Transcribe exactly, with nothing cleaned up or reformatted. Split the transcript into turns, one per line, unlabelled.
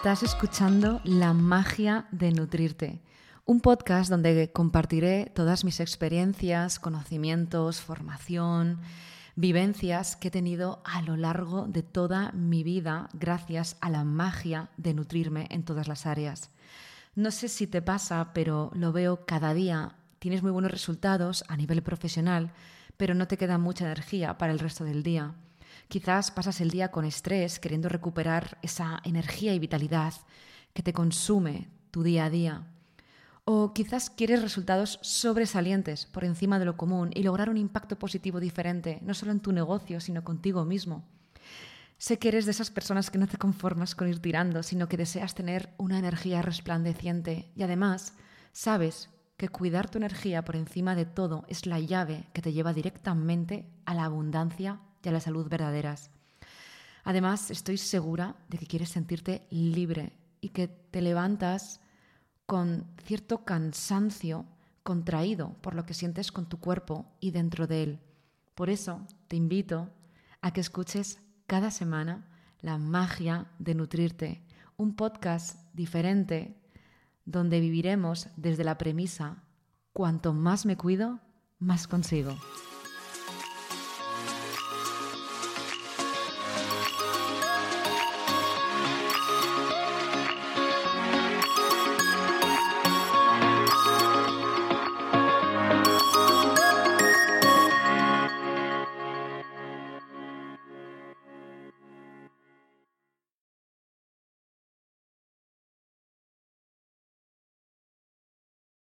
Estás escuchando La magia de nutrirte, un podcast donde compartiré todas mis experiencias, conocimientos, formación, vivencias que he tenido a lo largo de toda mi vida gracias a la magia de nutrirme en todas las áreas. No sé si te pasa, pero lo veo cada día. Tienes muy buenos resultados a nivel profesional, pero no te queda mucha energía para el resto del día. Quizás pasas el día con estrés, queriendo recuperar esa energía y vitalidad que te consume tu día a día. O quizás quieres resultados sobresalientes por encima de lo común y lograr un impacto positivo diferente, no solo en tu negocio, sino contigo mismo. Sé que eres de esas personas que no te conformas con ir tirando, sino que deseas tener una energía resplandeciente y además sabes que cuidar tu energía por encima de todo es la llave que te lleva directamente a la abundancia y a la salud verdaderas. Además, estoy segura de que quieres sentirte libre y que te levantas con cierto cansancio contraído por lo que sientes con tu cuerpo y dentro de él. Por eso te invito a que escuches cada semana La magia de nutrirte, un podcast diferente donde viviremos desde la premisa: cuanto más me cuido, más consigo.